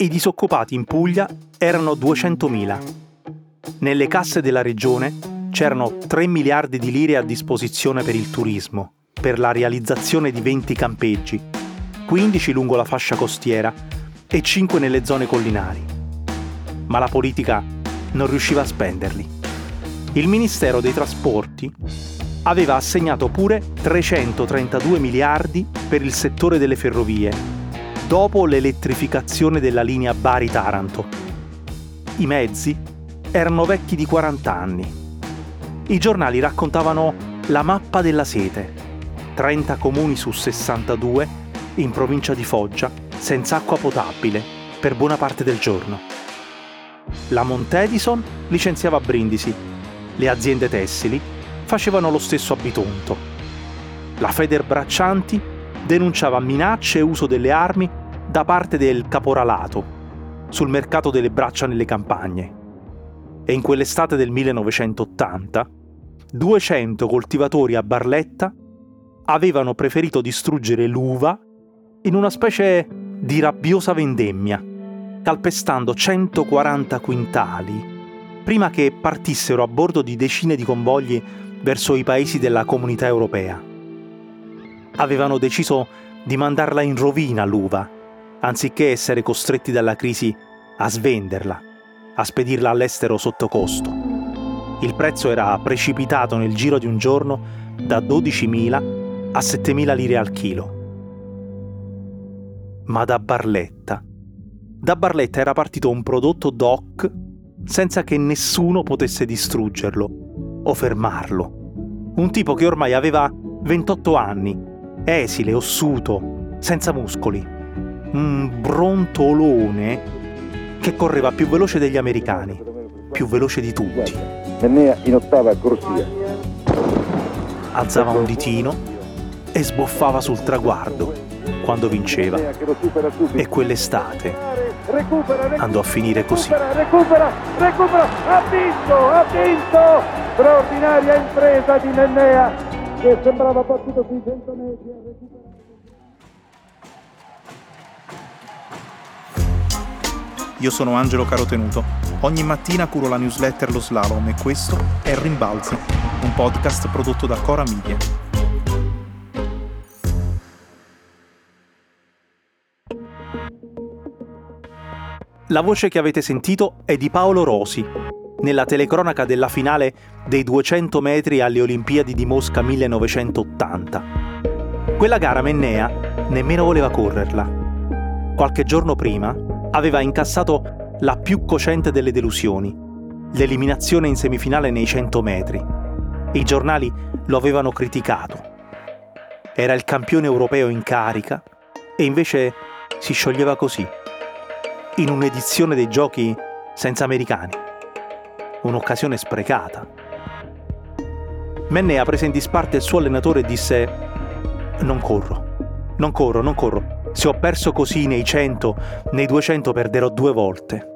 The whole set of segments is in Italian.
I disoccupati in Puglia erano 200.000. Nelle casse della regione c'erano 3 miliardi di lire a disposizione per il turismo, per la realizzazione di 20 campeggi, 15 lungo la fascia costiera e 5 nelle zone collinari. Ma la politica non riusciva a spenderli. Il Ministero dei Trasporti aveva assegnato pure 332 miliardi per il settore delle ferrovie, dopo l'elettrificazione della linea Bari-Taranto. I mezzi erano vecchi di 40 anni. I giornali raccontavano la mappa della sete. 30 comuni su 62 in provincia di Foggia senza acqua potabile per buona parte del giorno. La Montedison licenziava a Brindisi. Le aziende tessili facevano lo stesso a Bitonto. La Federbraccianti denunciava minacce e uso delle armi da parte del caporalato sul mercato delle braccia nelle campagne. E in quell'estate del 1980, 200 coltivatori a Barletta avevano preferito distruggere l'uva in una specie di rabbiosa vendemmia, calpestando 140 quintali prima che partissero a bordo di decine di convogli verso i paesi della Comunità Europea. Avevano deciso di mandarla in rovina l'uva, anziché essere costretti dalla crisi a svenderla, a spedirla all'estero sotto costo. Il prezzo era precipitato nel giro di un giorno da 12.000 a 7.000 lire al chilo. Ma da Barletta era partito un prodotto DOC senza che nessuno potesse distruggerlo o fermarlo. Un tipo che ormai aveva 28 anni, esile, ossuto, senza muscoli. Un brontolone che correva più veloce degli americani, più veloce di tutti. Mennea in ottava corsia. Alzava un ditino e sboffava sul traguardo quando vinceva. E quell'estate andò a finire così. Recupera, ha vinto! Straordinaria impresa di Mennea che sembrava partito sui 100 metri. Io sono Angelo Carotenuto. Ogni mattina curo la newsletter Lo Slalom e questo è Rimbalzi, un podcast prodotto da Cora Media. La voce che avete sentito è di Paolo Rosi, nella telecronaca della finale dei 200 metri alle Olimpiadi di Mosca 1980. Quella gara Mennea nemmeno voleva correrla. Qualche giorno prima aveva incassato la più cocente delle delusioni, l'eliminazione in semifinale nei 100 metri. I giornali lo avevano criticato. Era il campione europeo in carica e invece si scioglieva così, in un'edizione dei giochi senza americani. Un'occasione sprecata. Mennea prese in disparte il suo allenatore e disse: Non corro. Se ho perso così nei 100, nei 200 perderò 2 volte.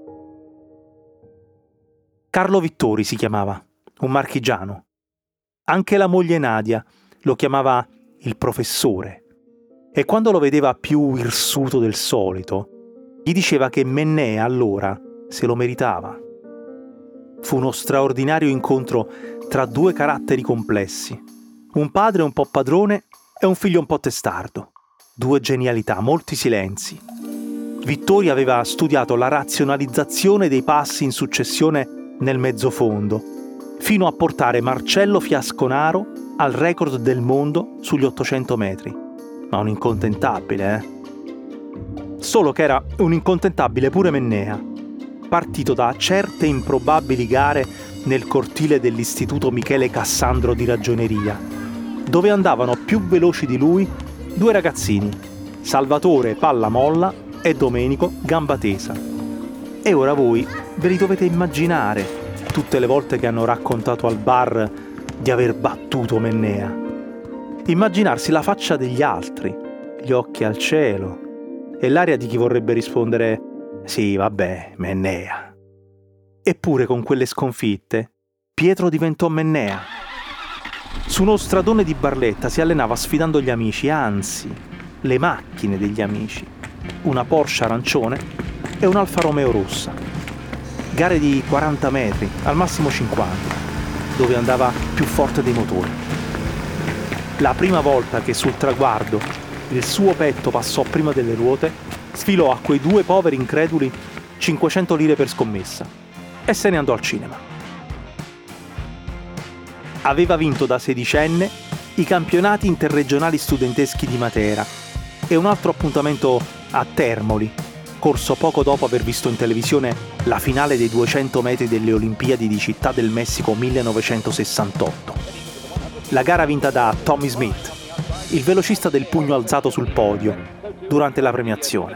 Carlo Vittori si chiamava, un marchigiano. Anche la moglie Nadia lo chiamava il professore. E quando lo vedeva più irsuto del solito, gli diceva che Mennea allora se lo meritava. Fu uno straordinario incontro tra 2 caratteri complessi. Un padre un po' padrone e un figlio un po' testardo. 2 genialità, molti silenzi. Vittori aveva studiato la razionalizzazione dei passi in successione nel mezzofondo, fino a portare Marcello Fiasconaro al record del mondo sugli 800 metri. Ma un incontentabile, Solo che era un incontentabile pure Mennea, partito da certe improbabili gare nel cortile dell'Istituto Michele Cassandro di Ragioneria, dove andavano più veloci di lui 2 ragazzini, Salvatore Palla Molla e Domenico Gamba Tesa. E ora voi ve li dovete immaginare tutte le volte che hanno raccontato al bar di aver battuto Mennea. Immaginarsi la faccia degli altri, gli occhi al cielo e l'aria di chi vorrebbe rispondere «Sì, vabbè, Mennea». Eppure con quelle sconfitte Pietro diventò Mennea. Su uno stradone di Barletta si allenava sfidando gli amici, anzi, le macchine degli amici. Una Porsche arancione e un Alfa Romeo rossa. Gare di 40 metri, al massimo 50, dove andava più forte dei motori. La prima volta che sul traguardo il suo petto passò prima delle ruote, sfilò a quei due poveri increduli 500 lire per scommessa e se ne andò al cinema. Aveva vinto da sedicenne i campionati interregionali studenteschi di Matera e un altro appuntamento a Termoli, corso poco dopo aver visto in televisione la finale dei 200 metri delle Olimpiadi di Città del Messico 1968. La gara vinta da Tommy Smith, il velocista del pugno alzato sul podio durante la premiazione.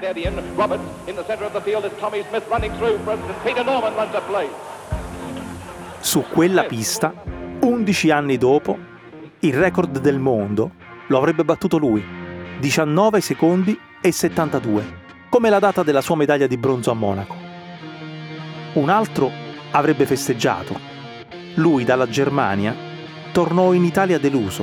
Su quella pista, 11 anni dopo, il record del mondo lo avrebbe battuto lui, 19 secondi e 72, come la data della sua medaglia di bronzo a Monaco. Un altro avrebbe festeggiato. Lui dalla Germania tornò in Italia deluso.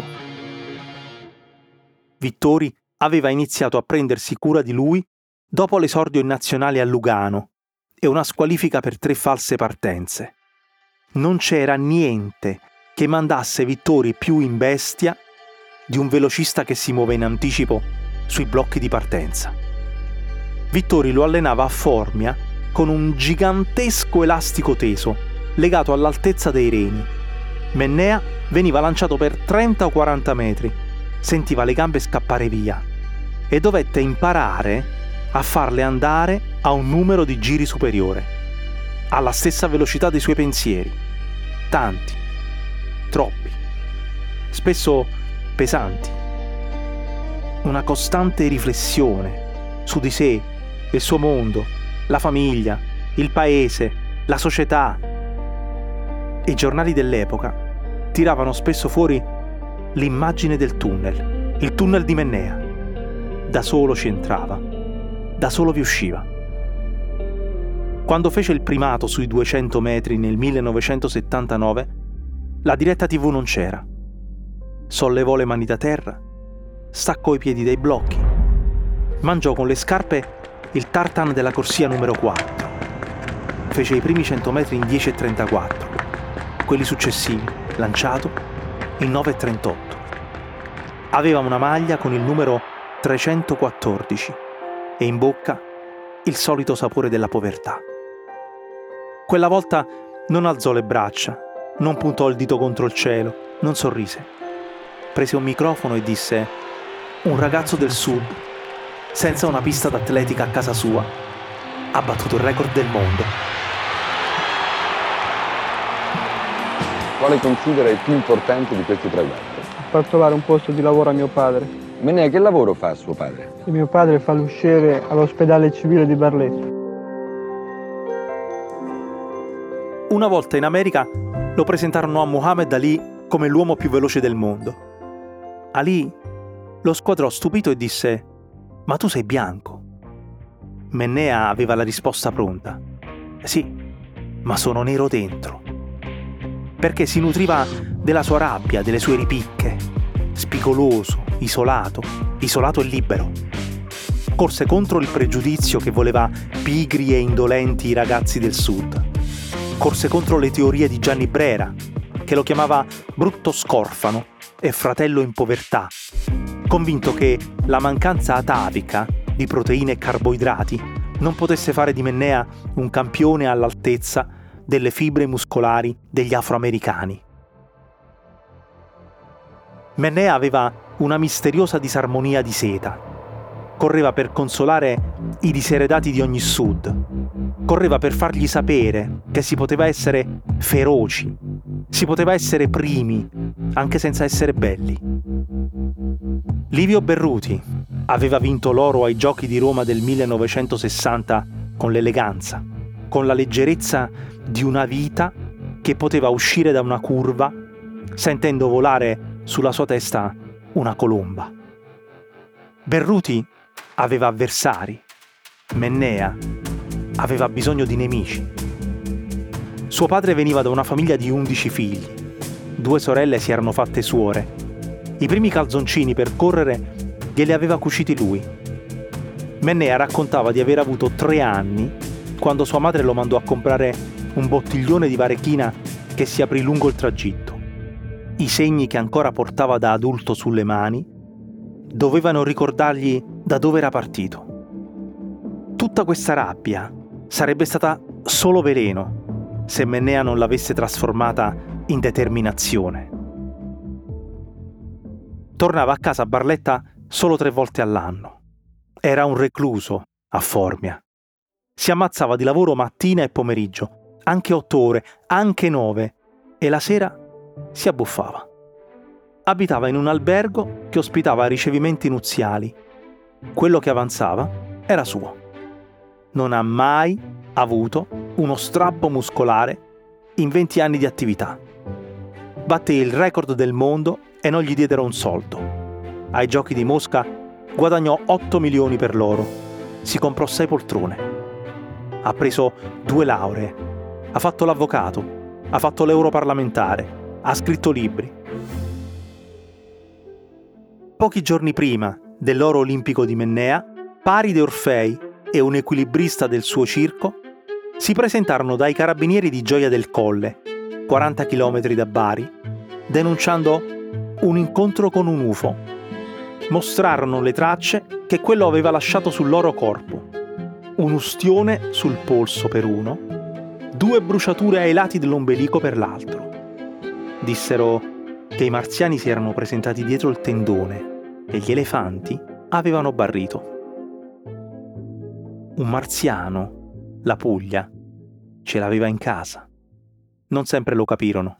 Vittori aveva iniziato a prendersi cura di lui dopo l'esordio in nazionale a Lugano e una squalifica per 3 false partenze. Non c'era niente che mandasse Vittori più in bestia di un velocista che si muove in anticipo sui blocchi di partenza. Vittori lo allenava a Formia con un gigantesco elastico teso legato all'altezza dei reni. Mennea veniva lanciato per 30 o 40 metri, sentiva le gambe scappare via e dovette imparare a farle andare a un numero di giri superiore, alla stessa velocità dei suoi pensieri. Tanti, troppi, spesso pesanti. Una costante riflessione su di sé, il suo mondo, la famiglia, il paese, la società. I giornali dell'epoca tiravano spesso fuori l'immagine del tunnel, il tunnel di Mennea. Da solo ci entrava, da solo vi usciva. Quando fece il primato sui 200 metri nel 1979, la diretta TV non c'era. Sollevò le mani da terra, staccò i piedi dai blocchi, mangiò con le scarpe il tartan della corsia numero 4. Fece i primi 100 metri in 10,34, quelli successivi, lanciato, in 9,38. Aveva una maglia con il numero 314 e in bocca il solito sapore della povertà. Quella volta non alzò le braccia, non puntò il dito contro il cielo, non sorrise. Prese un microfono e disse: un ragazzo del sud, senza una pista d'atletica a casa sua, ha battuto il record del mondo. Quale considera il più importante di questi traguardi? Far trovare un posto di lavoro a mio padre. Mennea, che lavoro fa suo padre? E mio padre fa l'usciere all'ospedale civile di Barletta. Una volta in America lo presentarono a Muhammad Ali come l'uomo più veloce del mondo. Ali lo squadrò stupito e disse: ma tu sei bianco. Mennea aveva la risposta pronta: sì, ma sono nero dentro. Perché si nutriva della sua rabbia, delle sue ripicche, spigoloso, isolato e libero. Corse contro il pregiudizio che voleva pigri e indolenti i ragazzi del sud. Corse contro le teorie di Gianni Brera, che lo chiamava brutto scorfano e fratello in povertà, convinto che la mancanza atavica di proteine e carboidrati non potesse fare di Mennea un campione all'altezza delle fibre muscolari degli afroamericani. Mennea aveva una misteriosa disarmonia di seta. Correva per consolare i diseredati di ogni sud. Correva per fargli sapere che si poteva essere feroci, si poteva essere primi, anche senza essere belli. Livio Berruti aveva vinto l'oro ai Giochi di Roma del 1960 con l'eleganza, con la leggerezza di una vita che poteva uscire da una curva sentendo volare sulla sua testa una colomba. Berruti aveva avversari, Mennea aveva bisogno di nemici. Suo padre veniva da una famiglia di 11 figli. 2 sorelle si erano fatte suore. I primi calzoncini per correre glieli aveva cuciti lui. Mennea raccontava di aver avuto 3 anni quando sua madre lo mandò a comprare un bottiglione di varechina che si aprì lungo il tragitto. I segni che ancora portava da adulto sulle mani dovevano ricordargli da dove era partito. Tutta questa rabbia sarebbe stata solo veleno se Mennea non l'avesse trasformata in determinazione. Tornava a casa a Barletta solo 3 volte all'anno. Era un recluso a Formia. Si ammazzava di lavoro mattina e pomeriggio, anche 8 ore, anche 9, e la sera si abbuffava. Abitava in un albergo che ospitava ricevimenti nuziali. Quello che avanzava era suo. Non ha mai avuto uno strappo muscolare in 20 anni di attività. Batté il record del mondo e non gli diedero un soldo. Ai Giochi di Mosca guadagnò 8 milioni per loro. Si comprò 6 poltrone. Ha preso 2 lauree. Ha fatto l'avvocato. Ha fatto l'europarlamentare. Ha scritto libri. Pochi giorni prima dell'oro olimpico di Mennea, Paride Orfei e un equilibrista del suo circo si presentarono dai carabinieri di Gioia del Colle, 40 km da Bari, denunciando un incontro con un UFO. Mostrarono le tracce che quello aveva lasciato sul loro corpo. Un ustione sul polso per uno, 2 bruciature ai lati dell'ombelico per l'altro. Dissero che i marziani si erano presentati dietro il tendone e gli elefanti avevano barrito. Un marziano, la Puglia, ce l'aveva in casa. Non sempre lo capirono.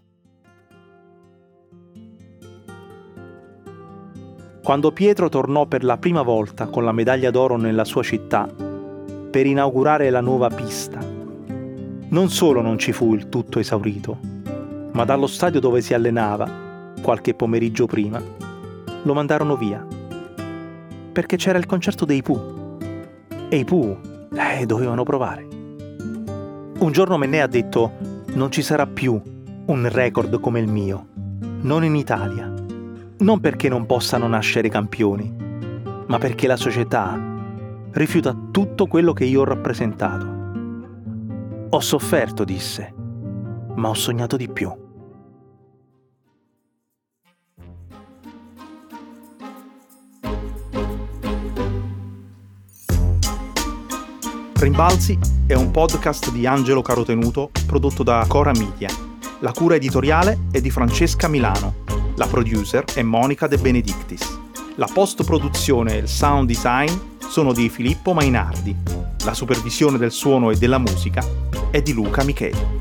Quando Pietro tornò per la prima volta con la medaglia d'oro nella sua città per inaugurare la nuova pista, non solo non ci fu il tutto esaurito, ma dallo stadio dove si allenava, qualche pomeriggio prima, lo mandarono via. Perché c'era il concerto dei Pooh. E i Pooh dovevano provare. Un giorno Mennea ha detto: non ci sarà più un record come il mio, non in Italia. Non perché non possano nascere campioni, ma perché la società rifiuta tutto quello che io ho rappresentato. Ho sofferto, disse, ma ho sognato di più. Rimbalzi è un podcast di Angelo Carotenuto prodotto da Cora Media. La cura editoriale è di Francesca Milano. La producer è Monica De Benedictis. La post-produzione e il sound design sono di Filippo Mainardi. La supervisione del suono e della musica è di Luca Micheli.